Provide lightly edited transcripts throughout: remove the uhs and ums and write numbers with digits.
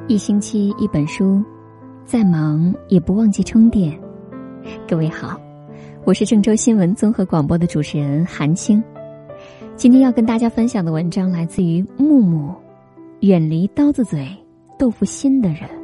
一星期一本书，再忙也不忘记充电。各位好，我是郑州新闻综合广播的主持人韩青。今天要跟大家分享的文章来自于木木，远离刀子嘴豆腐心的人。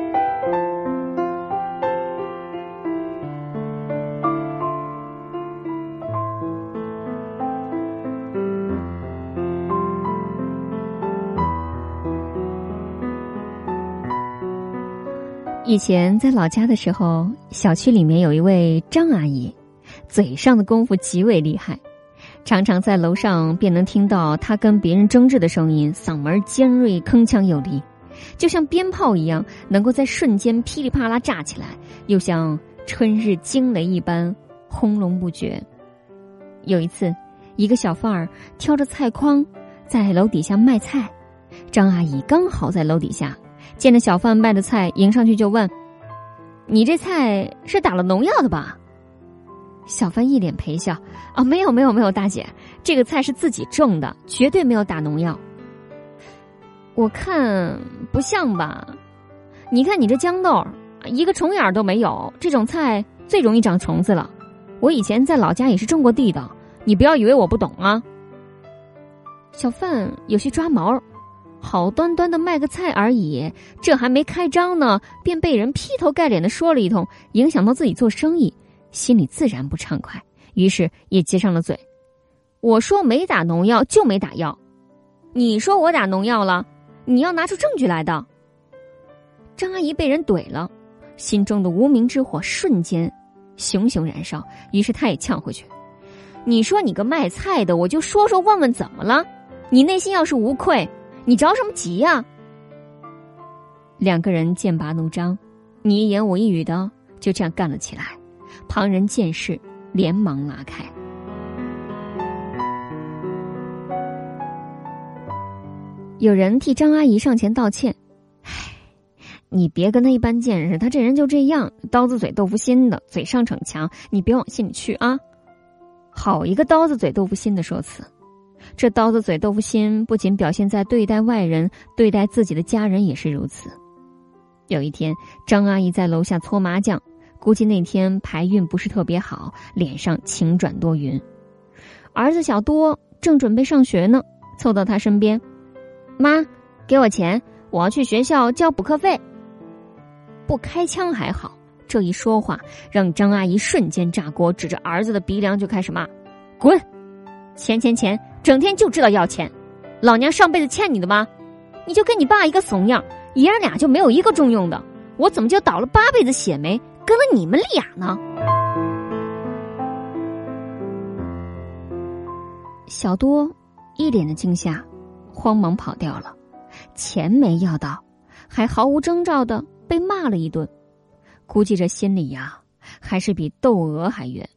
以前在老家的时候，小区里面有一位张阿姨，嘴上的功夫极为厉害，常常在楼上便能听到她跟别人争执的声音，嗓门尖锐，铿锵有力，就像鞭炮一样，能够在瞬间噼里啪啦炸起来，又像春日惊雷一般轰隆不绝。有一次，一个小贩儿挑着菜筐在楼底下卖菜，张阿姨刚好在楼底下，见着小贩卖的菜，迎上去就问：“你这菜是打了农药的吧？”小贩一脸陪笑：“啊，没有，大姐，这个菜是自己种的，绝对没有打农药。”“我看不像吧？你看你这豇豆，一个虫眼都没有，这种菜最容易长虫子了。我以前在老家也是种过地的，你不要以为我不懂啊。”小贩有些抓毛，好端端的卖个菜而已，这还没开张呢，便被人劈头盖脸的说了一通，影响到自己做生意，心里自然不畅快，于是也接上了嘴：“我说没打农药就没打药，你说我打农药了，你要拿出证据来的。”张阿姨被人怼了，心中的无名之火瞬间熊熊燃烧，于是她也呛回去：“你说你个卖菜的，我就说问问怎么了？你内心要是无愧，你着什么急呀？”两个人剑拔弩张，你一言我一语的就这样干了起来，旁人见势连忙拉开。有人替张阿姨上前道歉：“唉，你别跟他一般见识，他这人就这样，刀子嘴豆腐心的，嘴上逞强，你别往心里去啊。”好一个刀子嘴豆腐心的说辞！这刀子嘴豆腐心不仅表现在对待外人，对待自己的家人也是如此。有一天，张阿姨在楼下搓麻将，估计那天牌运不是特别好，脸上晴转多云。儿子小多正准备上学呢，凑到他身边：“妈，给我钱，我要去学校交补课费。”不开枪还好，这一说话让张阿姨瞬间炸锅，指着儿子的鼻梁就开始骂：“滚！钱，整天就知道要钱，老娘上辈子欠你的吗？你就跟你爸一个怂样，爷儿俩就没有一个中用的，我怎么就倒了8辈子血霉，跟了你们俩呢？”小多一脸的惊吓，慌忙跑掉了，钱没要到，还毫无征兆的被骂了一顿，估计这心里呀，还是比窦娥还远。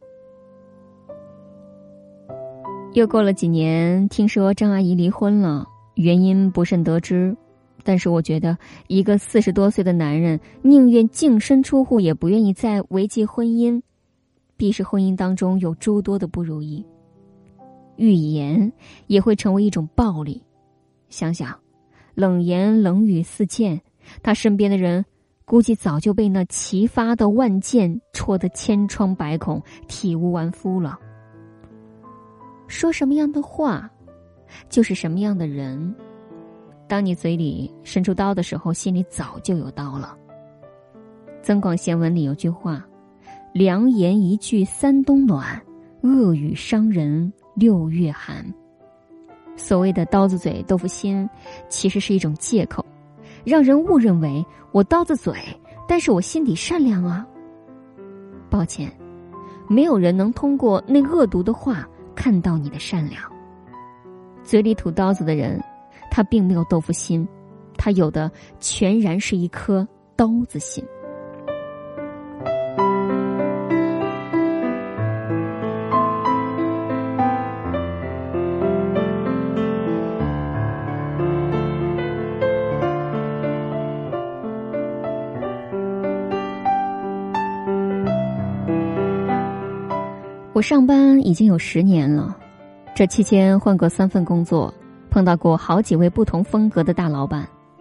又过了几年，听说张阿姨离婚了，原因不甚得知，但是我觉得一个40多岁的男人宁愿净身出户，也不愿意再维系婚姻，必是婚姻当中有诸多的不如意。语言也会成为一种暴力，想想冷言冷语四溅，他身边的人估计早就被那齐发的万箭戳得千疮百孔，体无完肤了。说什么样的话，就是什么样的人。当你嘴里伸出刀的时候，心里早就有刀了。增广贤文里有句话：“良言一句3冬暖，恶语伤人6月寒。”所谓的刀子嘴豆腐心，其实是一种借口，让人误认为我刀子嘴，但是我心底善良啊。抱歉，没有人能通过那恶毒的话看到你的善良。嘴里吐刀子的人，他并没有豆腐心，他有的全然是一颗刀子心。我上班已经有10年了，这期间换过3份工作，碰到过好几位不同风格的大老板。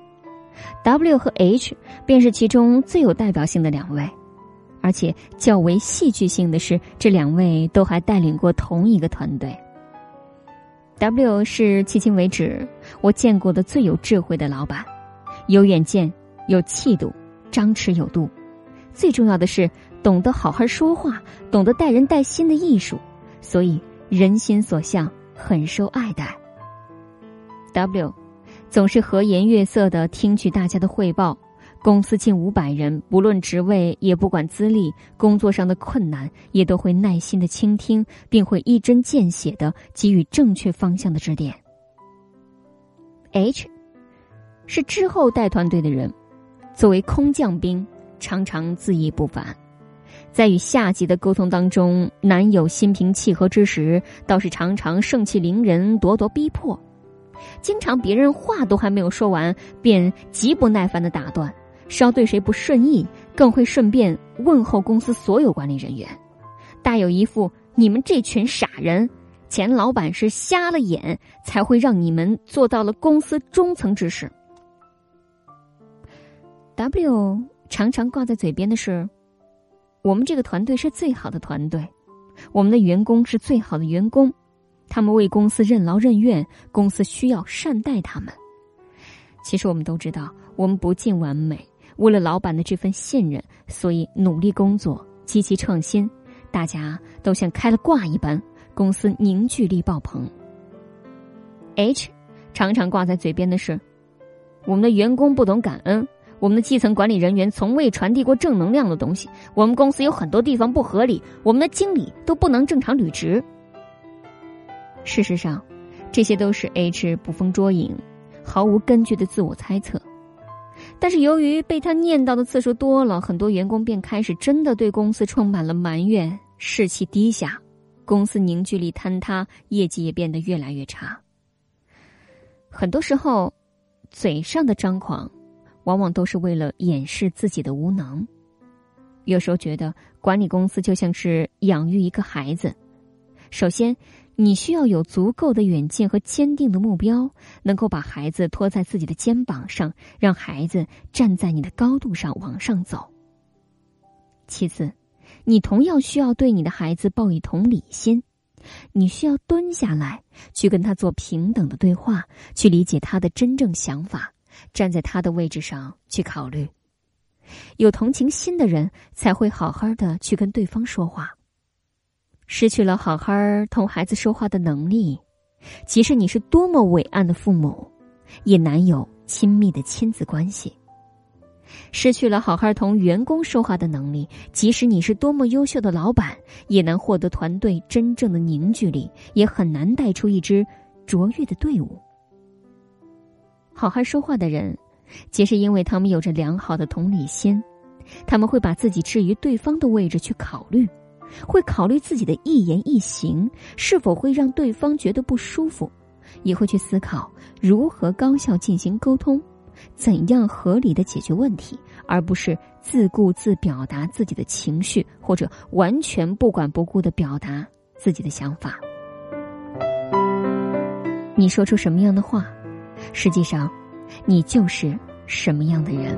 W 和 H 便是其中最有代表性的两位，而且较为戏剧性的是，这两位都还带领过同一个团队。W 是迄今为止我见过的最有智慧的老板，有远见，有气度，张弛有度，最重要的是懂得好好说话，懂得待人待心的艺术，所以人心所向，很受爱戴。W 总是和颜悦色地听取大家的汇报，公司近500人，不论职位也不管资历，工作上的困难也都会耐心地倾听，并会一针见血地给予正确方向的指点。H 是之后带团队的人，作为空降兵，常常恣意不凡，在与下级的沟通当中，难有心平气和之时，倒是常常盛气凌人，咄咄逼迫。经常别人话都还没有说完，便极不耐烦地打断，稍对谁不顺意，更会顺便问候公司所有管理人员，大有一副你们这群傻人，前老板是瞎了眼，才会让你们做到了公司中层之事。W 常常挂在嘴边的是，我们这个团队是最好的团队，我们的员工是最好的员工，他们为公司任劳任怨，公司需要善待他们。其实我们都知道，我们不尽完美，为了老板的这份信任，所以努力工作，积极创新，大家都像开了挂一般，公司凝聚力爆棚。H 常常挂在嘴边的是，我们的员工不懂感恩，我们的基层管理人员从未传递过正能量的东西，我们公司有很多地方不合理，我们的经理都不能正常履职。事实上，这些都是 H 捕风捉影，毫无根据的自我猜测。但是由于被他念叨的次数多了，很多员工便开始真的对公司充满了埋怨，士气低下，公司凝聚力坍塌，业绩也变得越来越差。很多时候，嘴上的张狂往往都是为了掩饰自己的无能。有时候觉得管理公司就像是养育一个孩子，首先你需要有足够的远见和坚定的目标，能够把孩子托在自己的肩膀上，让孩子站在你的高度上往上走。其次，你同样需要对你的孩子抱以同理心，你需要蹲下来，去跟他做平等的对话，去理解他的真正想法，站在他的位置上去考虑。有同情心的人才会好好的去跟对方说话。失去了好好同孩子说话的能力，即使你是多么伟岸的父母，也难有亲密的亲子关系。失去了好好同员工说话的能力，即使你是多么优秀的老板，也难获得团队真正的凝聚力，也很难带出一支卓越的队伍。好好说话的人，皆是因为他们有着良好的同理心，他们会把自己置于对方的位置去考虑，会考虑自己的一言一行是否会让对方觉得不舒服，也会去思考如何高效进行沟通，怎样合理的解决问题，而不是自顾自表达自己的情绪，或者完全不管不顾地表达自己的想法。你说出什么样的话，实际上你就是什么样的人。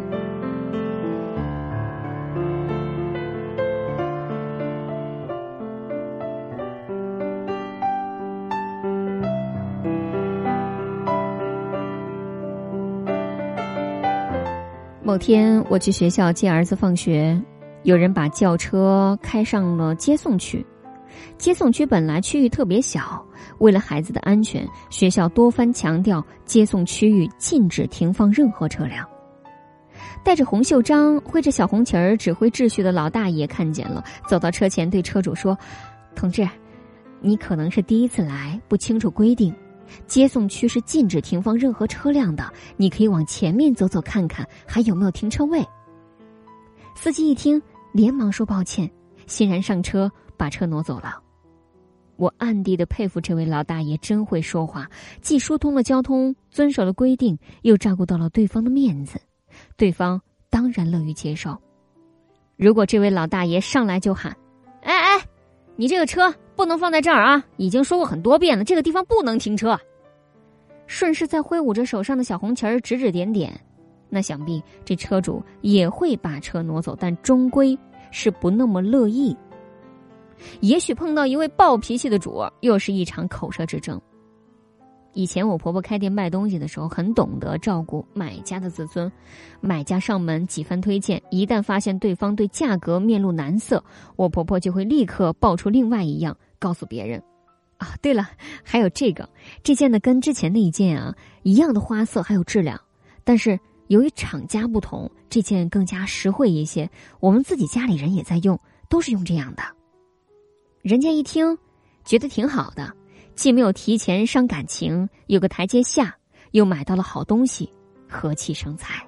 某天我去学校接儿子放学，有人把轿车开上了接送区。接送区本来区域特别小，为了孩子的安全，学校多番强调接送区域禁止停放任何车辆。带着红袖章挥着小红旗儿指挥秩序的老大爷看见了，走到车前对车主说，同志，你可能是第一次来，不清楚规定，接送区是禁止停放任何车辆的，你可以往前面走走看看还有没有停车位。司机一听连忙说抱歉，欣然上车把车挪走了。我暗地的佩服这位老大爷真会说话，既疏通了交通，遵守了规定，又照顾到了对方的面子，对方当然乐于接受。如果这位老大爷上来就喊，哎，你这个车不能放在这儿啊，已经说过很多遍了，这个地方不能停车，顺势再挥舞着手上的小红旗儿指指点点， 那想必这车主也会把车挪走，但终归是不那么乐意。也许碰到一位暴脾气的主，又是一场口舌之争。以前我婆婆开店卖东西的时候，很懂得照顾买家的自尊，买家上门几番推荐，一旦发现对方对价格面露难色，我婆婆就会立刻爆出另外一样，告诉别人啊，对了，还有这件呢跟之前的一件啊一样的花色还有质量，但是由于厂家不同，这件更加实惠一些，我们自己家里人也在用，都是用这样的。人家一听觉得挺好的，既没有提前伤感情，有个台阶下，又买到了好东西，和气生财。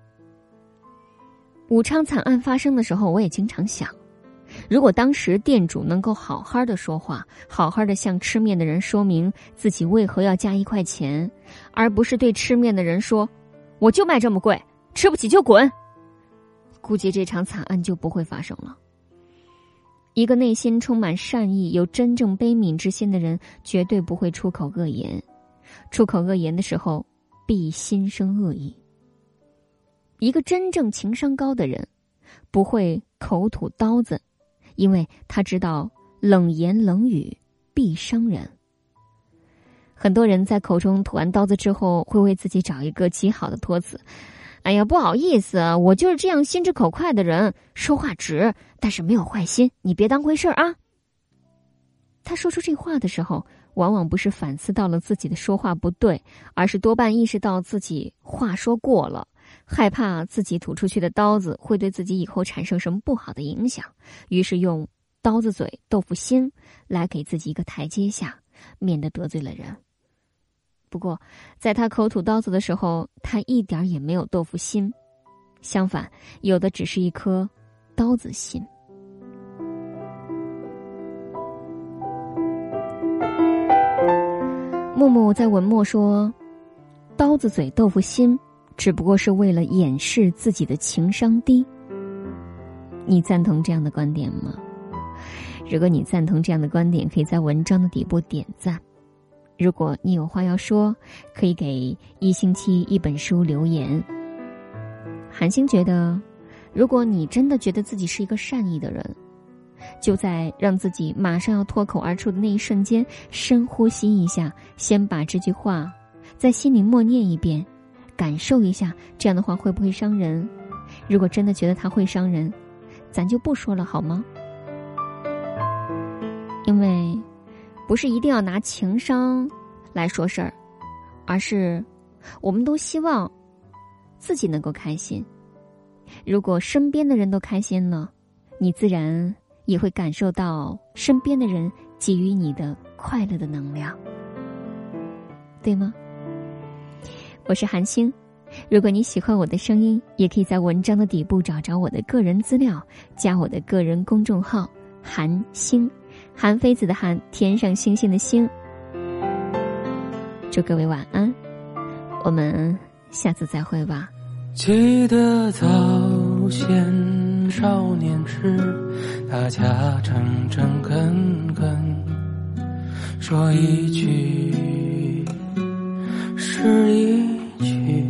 武昌惨案发生的时候，我也经常想，如果当时店主能够好好的说话，好好的向吃面的人说明自己为何要加1块钱，而不是对吃面的人说我就卖这么贵，吃不起就滚，估计这场惨案就不会发生了。一个内心充满善意、有真正悲悯之心的人，绝对不会出口恶言。出口恶言的时候，必心生恶意。一个真正情商高的人，不会口吐刀子，因为他知道冷言冷语必伤人。很多人在口中吐完刀子之后，会为自己找一个极好的托词。哎呀，不好意思，我就是这样心直口快的人，说话直，但是没有坏心，你别当回事啊。他说出这话的时候，往往不是反思到了自己的说话不对，而是多半意识到自己话说过了，害怕自己吐出去的刀子会对自己以后产生什么不好的影响，于是用刀子嘴豆腐心来给自己一个台阶下，免得得罪了人。不过在他口吐刀子的时候，他一点也没有豆腐心，相反，有的只是一颗刀子心。木木在文末说，刀子嘴豆腐心只不过是为了掩饰自己的情商低。你赞同这样的观点吗？如果你赞同这样的观点，可以在文章的底部点赞。如果你有话要说，可以给1星期1本书留言。韩星觉得，如果你真的觉得自己是一个善意的人，就在让自己马上要脱口而出的那一瞬间，深呼吸一下，先把这句话在心里默念一遍，感受一下这样的话会不会伤人。如果真的觉得它会伤人，咱就不说了好吗？因为不是一定要拿情商来说事儿，而是我们都希望自己能够开心。如果身边的人都开心了，你自然也会感受到身边的人给予你的快乐的能量，对吗？我是韩星，如果你喜欢我的声音，也可以在文章的底部找着我的个人资料，加我的个人公众号韩星，韩非子的韩，天上星星的星。祝各位晚安，我们下次再会吧。 记得早先少年时，大家诚诚恳恳，说一句是一句。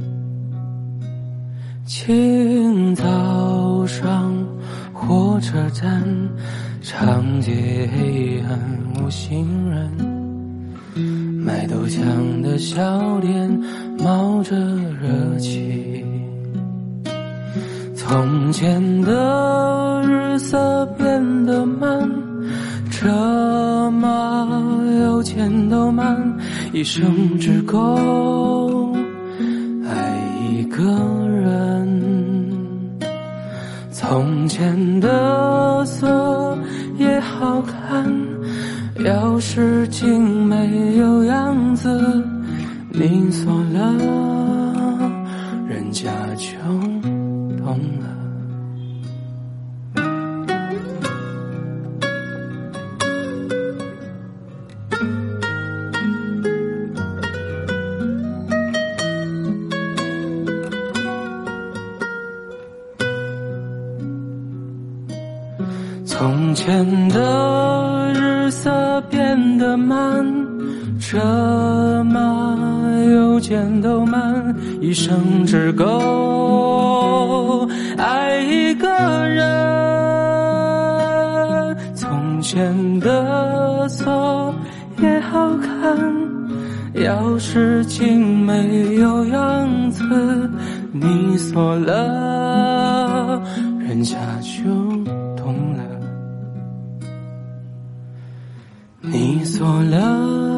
清早上火车站，长街黑暗无行人，卖豆浆的小店冒着热气。从前的日色变得慢，车马邮件都慢，一生只够爱一个人。从前的色也好看，要是竟没有样子，你锁了，人家就懂了。从前的日色变得慢，车马邮路见都慢，一生只够爱一个人。从前的错也好看，要是竟没有样子，你锁了，人家就懂了。你锁了。